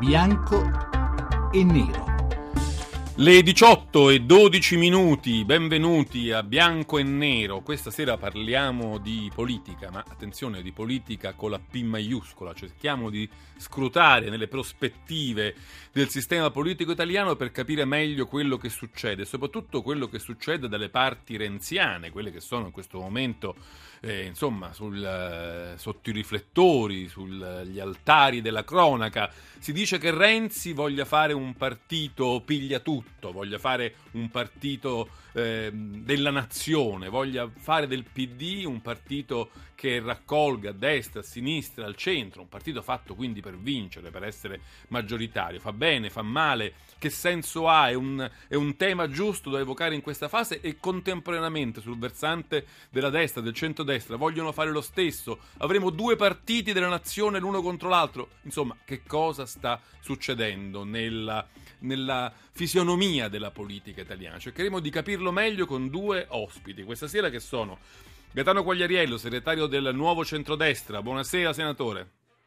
Bianco e nero. Le 18:12, benvenuti a Bianco e Nero. Questa sera parliamo di politica, ma attenzione, di politica con la P maiuscola, cioè cerchiamo di scrutare nelle prospettive del sistema politico italiano per capire meglio quello che succede, soprattutto quello che succede dalle parti renziane, quelle che sono in questo momento sotto i riflettori, sugli altari della cronaca. Si dice che Renzi voglia fare un partito pigliatutto, voglia fare un partito della nazione, voglia fare del PD un partito che raccolga a destra, a sinistra, al centro, un partito fatto quindi per vincere, per essere maggioritario. Fa bene, fa male, che senso ha? È un tema giusto da evocare in questa fase, e contemporaneamente sul versante della destra, del centrodestra, vogliono fare lo stesso. Avremo due partiti della nazione l'uno contro l'altro. Insomma, che cosa sta succedendo nella fisionomia della politica italiana? Cercheremo di capirlo meglio con due ospiti questa sera, che sono Gaetano Quagliariello, segretario del Nuovo Centrodestra. Buonasera, senatore.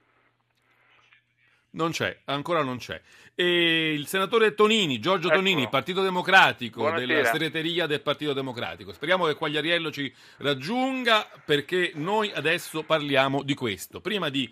Ancora non c'è. E il senatore Tonini, Giorgio Tonini, Partito Democratico. Buonasera. Della segreteria del Partito Democratico. Speriamo che Quagliariello ci raggiunga, perché noi adesso parliamo di questo. Prima di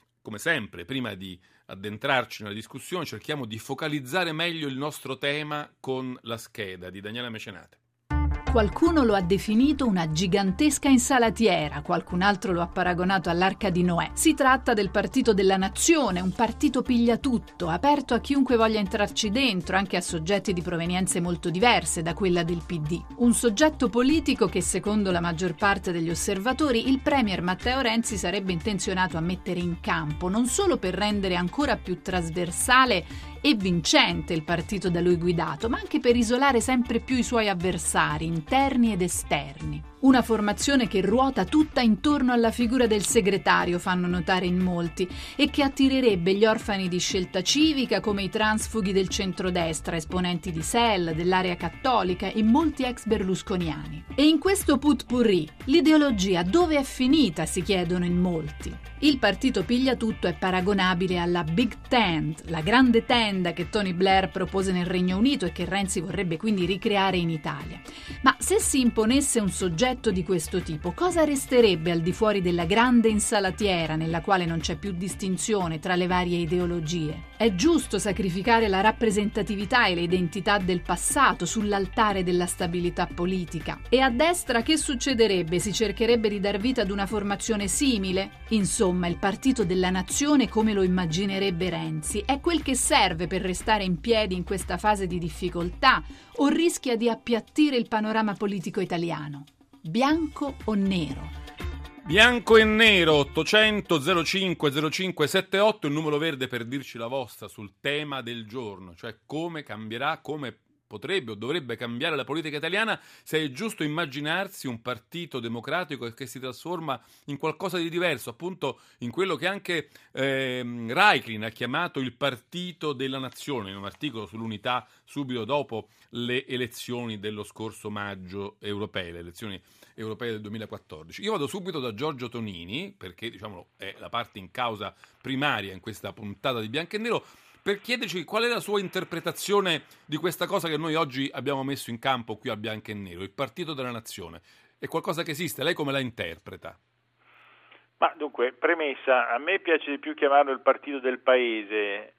addentrarci nella discussione, cerchiamo di focalizzare meglio il nostro tema con la scheda di Daniela Mecenate. Qualcuno lo ha definito una gigantesca insalatiera, qualcun altro lo ha paragonato all'Arca di Noè. Si tratta del partito della nazione, un partito pigliatutto, aperto a chiunque voglia entrarci dentro, anche a soggetti di provenienze molto diverse da quella del PD. Un soggetto politico che, secondo la maggior parte degli osservatori, il premier Matteo Renzi sarebbe intenzionato a mettere in campo, non solo per rendere ancora più trasversale e vincente il partito da lui guidato, ma anche per isolare sempre più i suoi avversari, interni ed esterni. Una formazione che ruota tutta intorno alla figura del segretario, fanno notare in molti, e che attirerebbe gli orfani di Scelta Civica come i transfughi del centrodestra, esponenti di SEL, dell'area cattolica e molti ex berlusconiani. E in questo putpurri, l'ideologia dove è finita, si chiedono in molti. Il partito pigliatutto è paragonabile alla Big Tent, la grande tenda che Tony Blair propose nel Regno Unito e che Renzi vorrebbe quindi ricreare in Italia. Ma se si imponesse un soggetto di questo tipo, cosa resterebbe al di fuori della grande insalatiera nella quale non c'è più distinzione tra le varie ideologie? È giusto sacrificare la rappresentatività e le identità del passato sull'altare della stabilità politica? E a destra che succederebbe? Si cercherebbe di dar vita ad una formazione simile? Insomma, il partito della nazione, come lo immaginerebbe Renzi, è quel che serve per restare in piedi in questa fase di difficoltà, o rischia di appiattire il panorama politico italiano? Bianco o nero? Bianco e nero, 800 05 05 78, il numero verde per dirci la vostra sul tema del giorno, cioè come cambierà, come potrebbe o dovrebbe cambiare la politica italiana, se è giusto immaginarsi un partito democratico che si trasforma in qualcosa di diverso, appunto in quello che anche Raiklin ha chiamato il partito della nazione, in un articolo sull'Unità subito dopo le elezioni dello scorso maggio europee, le elezioni europee del 2014. Io vado subito da Giorgio Tonini, perché diciamolo è la parte in causa primaria in questa puntata di Bianco e Nero, per chiederci qual è la sua interpretazione di questa cosa che noi oggi abbiamo messo in campo qui a Bianco e Nero, il partito della nazione. È qualcosa che esiste, lei come la interpreta? Ma dunque, premessa, a me piace di più chiamarlo il partito del paese,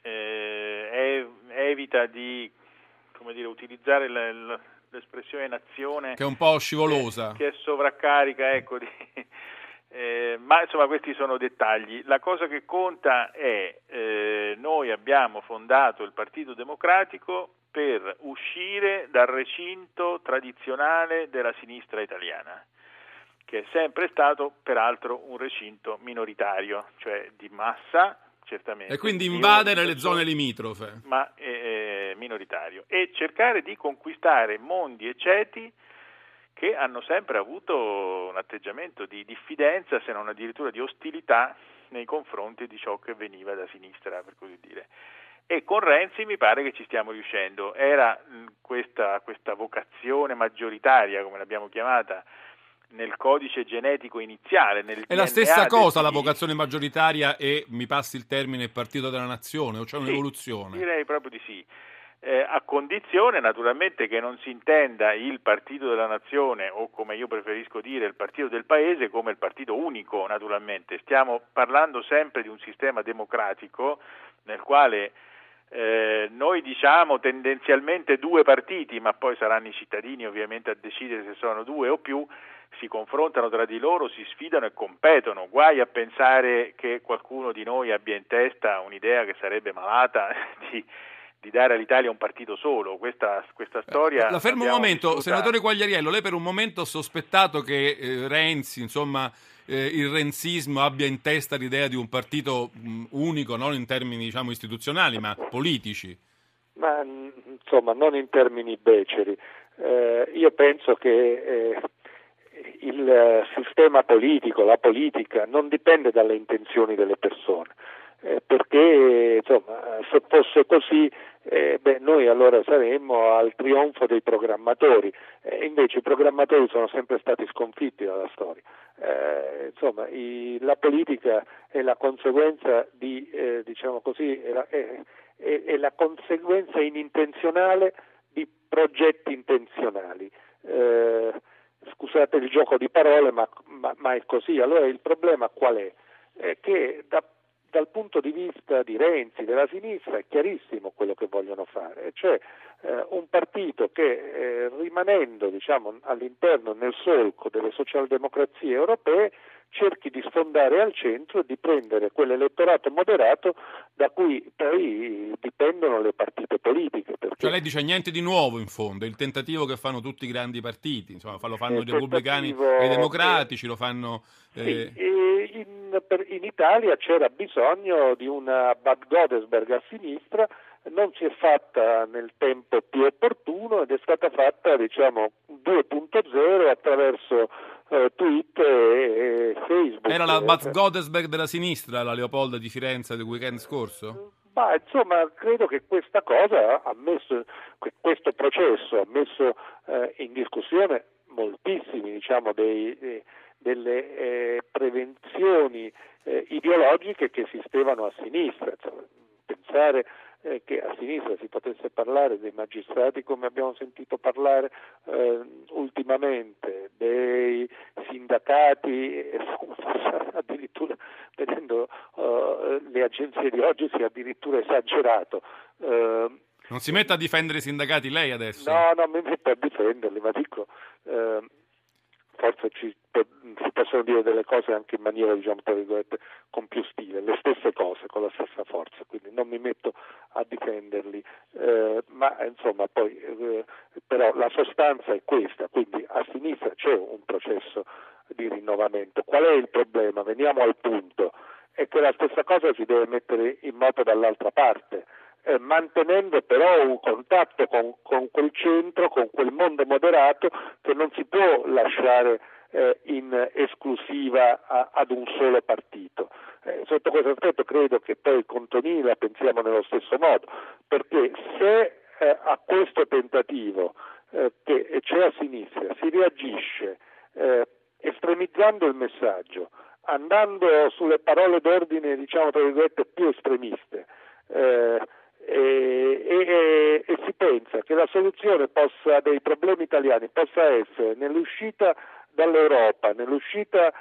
evita di, utilizzare l'espressione nazione, che è un po' scivolosa, che è sovraccarica, ecco, ma insomma questi sono dettagli. La cosa che conta è noi abbiamo fondato il Partito Democratico per uscire dal recinto tradizionale della sinistra italiana, che è sempre stato peraltro un recinto minoritario, cioè di massa certamente, e quindi invadere le zone limitrofe, ma minoritario, e cercare di conquistare mondi e ceti che hanno sempre avuto un atteggiamento di diffidenza, se non addirittura di ostilità nei confronti di ciò che veniva da sinistra, per così dire. E con Renzi mi pare che ci stiamo riuscendo. Era questa vocazione maggioritaria, come l'abbiamo chiamata, nel codice genetico iniziale, nel È la DNA stessa cosa del la PD. vocazione maggioritaria e, mi passi il termine, il partito della nazione, o c'è un'evoluzione? Direi proprio di sì. A condizione naturalmente che non si intenda il partito della nazione, o come io preferisco dire il partito del paese, come il partito unico. Naturalmente stiamo parlando sempre di un sistema democratico nel quale noi diciamo tendenzialmente due partiti, ma poi saranno i cittadini ovviamente a decidere se sono due o più, si confrontano tra di loro, si sfidano e competono. Guai a pensare che qualcuno di noi abbia in testa un'idea che sarebbe malata di dare all'Italia un partito solo. Questa storia La fermo un l'abbiamo momento, vissuta. senatore Quagliariello, lei per un momento ha sospettato che Renzi, insomma, il renzismo abbia in testa l'idea di un partito unico, non in termini diciamo istituzionali, ma politici. Ma insomma, non in termini beceri. Io penso che il sistema politico, la politica, non dipende dalle intenzioni delle persone, perché insomma, se fosse così, noi allora saremmo al trionfo dei programmatori, invece i programmatori sono sempre stati sconfitti dalla storia. Insomma, la politica è la conseguenza di, diciamo così, è la conseguenza inintenzionale di progetti intenzionali. Scusate il gioco di parole, ma è così. Allora il problema qual è? Che dal punto di vista di Renzi, della sinistra, è chiarissimo quello che vogliono fare, cioè un partito che rimanendo diciamo all'interno, nel solco delle socialdemocrazie europee, cerchi di sfondare al centro e di prendere quell'elettorato moderato da cui poi dipendono le partite politiche. Perché Cioè lei dice niente di nuovo in fondo, il tentativo che fanno tutti i grandi partiti, insomma lo fanno i repubblicani e i democratici, lo fanno... Sì, in Italia c'era bisogno di una Bad Godesberg a sinistra, non si è fatta nel tempo più opportuno ed è stata fatta diciamo 2.0 attraverso Twitter e Facebook. Era la Bad Godesberg della sinistra, la Leopolda di Firenze del weekend scorso? Ma insomma credo che questa cosa questo processo ha messo in discussione moltissimi diciamo delle prevenzioni ideologiche che esistevano a sinistra. Insomma, pensare che a sinistra si potesse parlare dei magistrati come abbiamo sentito parlare ultimamente, dei sindacati, addirittura vedendo le agenzie di oggi si è addirittura esagerato. Non si metta a difendere i sindacati lei adesso? No, non mi metto a difenderli, ma dico forse si possono dire delle cose anche in maniera, diciamo, tra virgolette, con più stile, le stesse cose, con la stessa forza, quindi non mi metto a difenderli, ma insomma poi però la sostanza è questa, quindi a sinistra c'è un processo di rinnovamento. Qual è il problema? Veniamo al punto, è che la stessa cosa si deve mettere in moto dall'altra parte, mantenendo però un contatto con quel centro, con quel mondo moderato che non si può lasciare in esclusiva ad un solo partito. Sotto questo aspetto credo che poi con Tonini la pensiamo nello stesso modo, perché se a questo tentativo che c'è a sinistra si reagisce estremizzando il messaggio, andando sulle parole d'ordine, diciamo tra virgolette, più estremiste, e si pensa che la soluzione dei problemi italiani possa essere nell'uscita dall'Europa, nell'uscita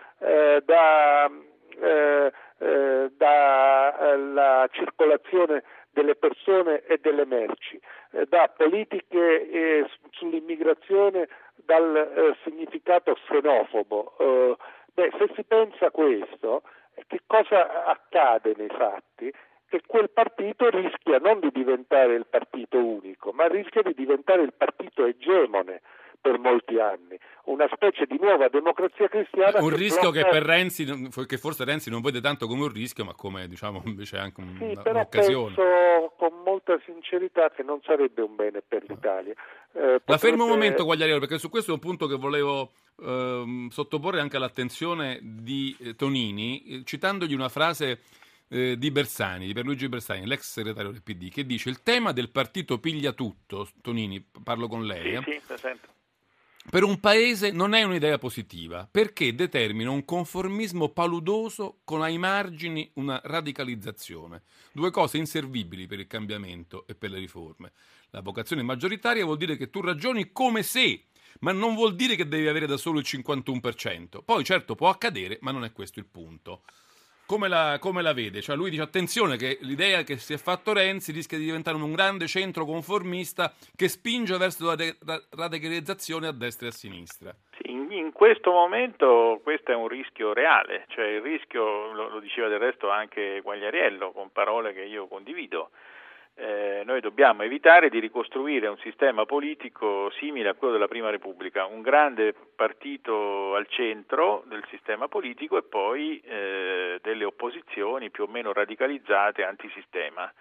dalla circolazione delle persone e delle merci, da politiche sull'immigrazione dal significato xenofobo. Se si pensa questo, che cosa accade nei fatti? Che quel partito rischia non di diventare il partito unico, ma rischia di diventare il partito egemone per molti anni, una specie di nuova democrazia cristiana. Un rischio che per Renzi, che forse Renzi non vede tanto come un rischio, ma come diciamo invece anche un'occasione. Penso con molta sincerità che non sarebbe un bene per l'Italia. La fermo un momento, Quagliariello, perché su questo è un punto che volevo sottoporre anche all'attenzione di Tonini, citandogli una frase di Bersani, di Pierluigi Bersani, l'ex segretario del PD, che dice: il tema del partito piglia tutto, Tonini, parlo con lei, Sì, presente. per un paese non è un'idea positiva, perché determina un conformismo paludoso con ai margini una radicalizzazione. Due cose inservibili per il cambiamento e per le riforme. La vocazione maggioritaria vuol dire che tu ragioni come se, ma non vuol dire che devi avere da solo il 51%. Poi certo può accadere, ma non è questo il punto. Come la vede? Cioè lui dice attenzione che l'idea che si è fatto Renzi rischia di diventare un grande centro conformista che spinge verso la radicalizzazione a destra e a sinistra. Sì, in questo momento questo è un rischio reale, cioè il rischio, lo diceva del resto anche Quagliariello con parole che io condivido. Noi dobbiamo evitare di ricostruire un sistema politico simile a quello della Prima Repubblica, un grande partito al centro del sistema politico e poi delle opposizioni più o meno radicalizzate antisistema.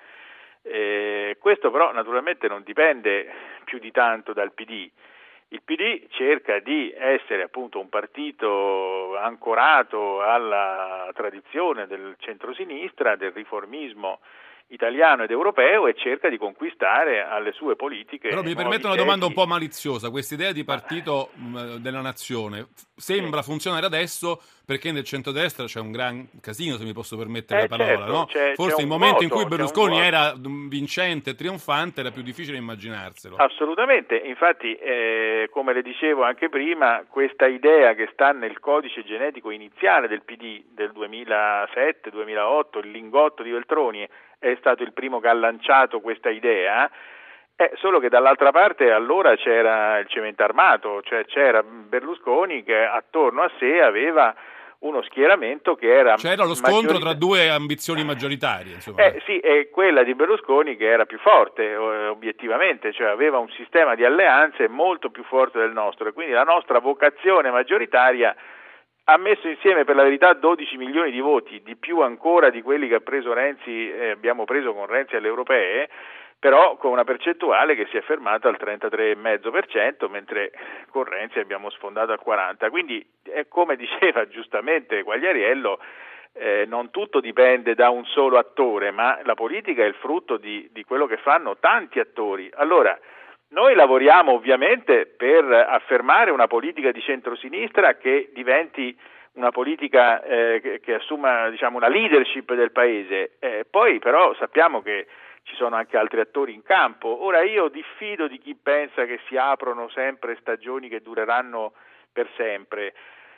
Questo però naturalmente non dipende più di tanto dal PD. Il PD cerca di essere appunto un partito ancorato alla tradizione del centrosinistra, del riformismo italiano ed europeo e cerca di conquistare alle sue politiche. Però mi permette una domanda un po' maliziosa, questa idea di partito della nazione sembra funzionare adesso perché nel centrodestra c'è un gran casino, se mi posso permettere la parola, certo, no? Forse il momento in cui Berlusconi era vincente, trionfante, era più difficile immaginarselo. Assolutamente, infatti come le dicevo anche prima, questa idea che sta nel codice genetico iniziale del PD del 2007-2008, il lingotto di Veltroni, è stato il primo che ha lanciato questa idea, solo che dall'altra parte allora c'era il cemento armato, cioè c'era Berlusconi che attorno a sé aveva uno schieramento che era... C'era lo scontro tra due ambizioni maggioritarie, insomma. Sì, e quella di Berlusconi che era più forte, obiettivamente, cioè aveva un sistema di alleanze molto più forte del nostro, e quindi la nostra vocazione maggioritaria ha messo insieme per la verità 12 milioni di voti, di più ancora di quelli che ha preso Renzi, abbiamo preso con Renzi alle europee, però con una percentuale che si è fermata al 33,5%, mentre con Renzi abbiamo sfondato al 40%. Quindi, come diceva giustamente Quagliariello, non tutto dipende da un solo attore, ma la politica è il frutto di quello che fanno tanti attori. Allora, noi lavoriamo ovviamente per affermare una politica di centrosinistra che diventi una politica che assuma, diciamo, una leadership del paese. Poi però sappiamo che ci sono anche altri attori in campo. Ora io diffido di chi pensa che si aprono sempre stagioni che dureranno per sempre.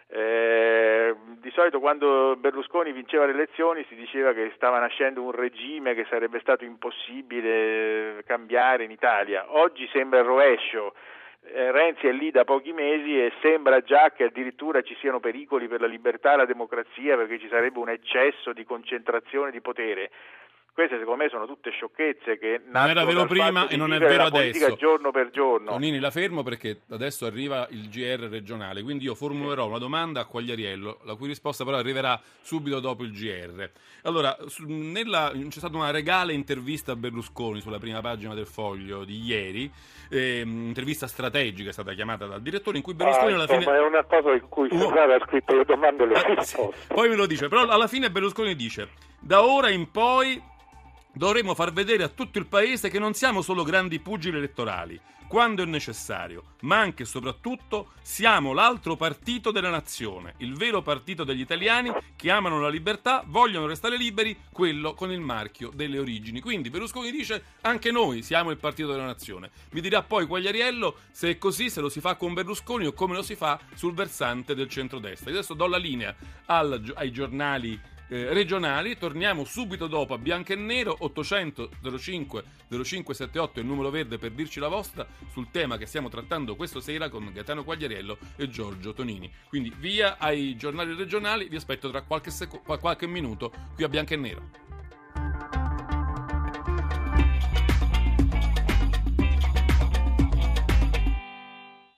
Di solito quando Berlusconi vinceva le elezioni si diceva che stava nascendo un regime che sarebbe stato impossibile cambiare in Italia. Oggi sembra il rovescio. Renzi è lì da pochi mesi e sembra già che addirittura ci siano pericoli per la libertà e la democrazia, perché ci sarebbe un eccesso di concentrazione di potere. Queste secondo me sono tutte sciocchezze che non era vero prima e non è vero adesso. Giorno per giorno. Tonini, la fermo perché adesso arriva il GR regionale, quindi io formulerò una domanda a Quagliariello, la cui risposta però arriverà subito dopo il GR. Allora, c'è stata una regale intervista a Berlusconi sulla prima pagina del Foglio di ieri, intervista strategica è stata chiamata dal direttore, in cui Berlusconi alla fine... è una cosa in cui sembrava ha scritto le domande e le risposte. Poi me lo dice, però alla fine Berlusconi dice: da ora in poi dovremo far vedere a tutto il paese che non siamo solo grandi pugili elettorali, quando è necessario, ma anche e soprattutto siamo l'altro partito della nazione, il vero partito degli italiani che amano la libertà, vogliono restare liberi, quello con il marchio delle origini. Quindi Berlusconi dice: anche noi siamo il partito della nazione. Mi dirà poi Quagliariello se è così, se lo si fa con Berlusconi o come lo si fa sul versante del centrodestra. Adesso do la linea ai giornali regionali, torniamo subito dopo a Bianco e Nero. 800 05 0578 è il numero verde per dirci la vostra sul tema che stiamo trattando questa sera con Gaetano Quagliariello e Giorgio Tonini. Quindi via ai giornali regionali, vi aspetto tra qualche minuto qui a Bianco e Nero.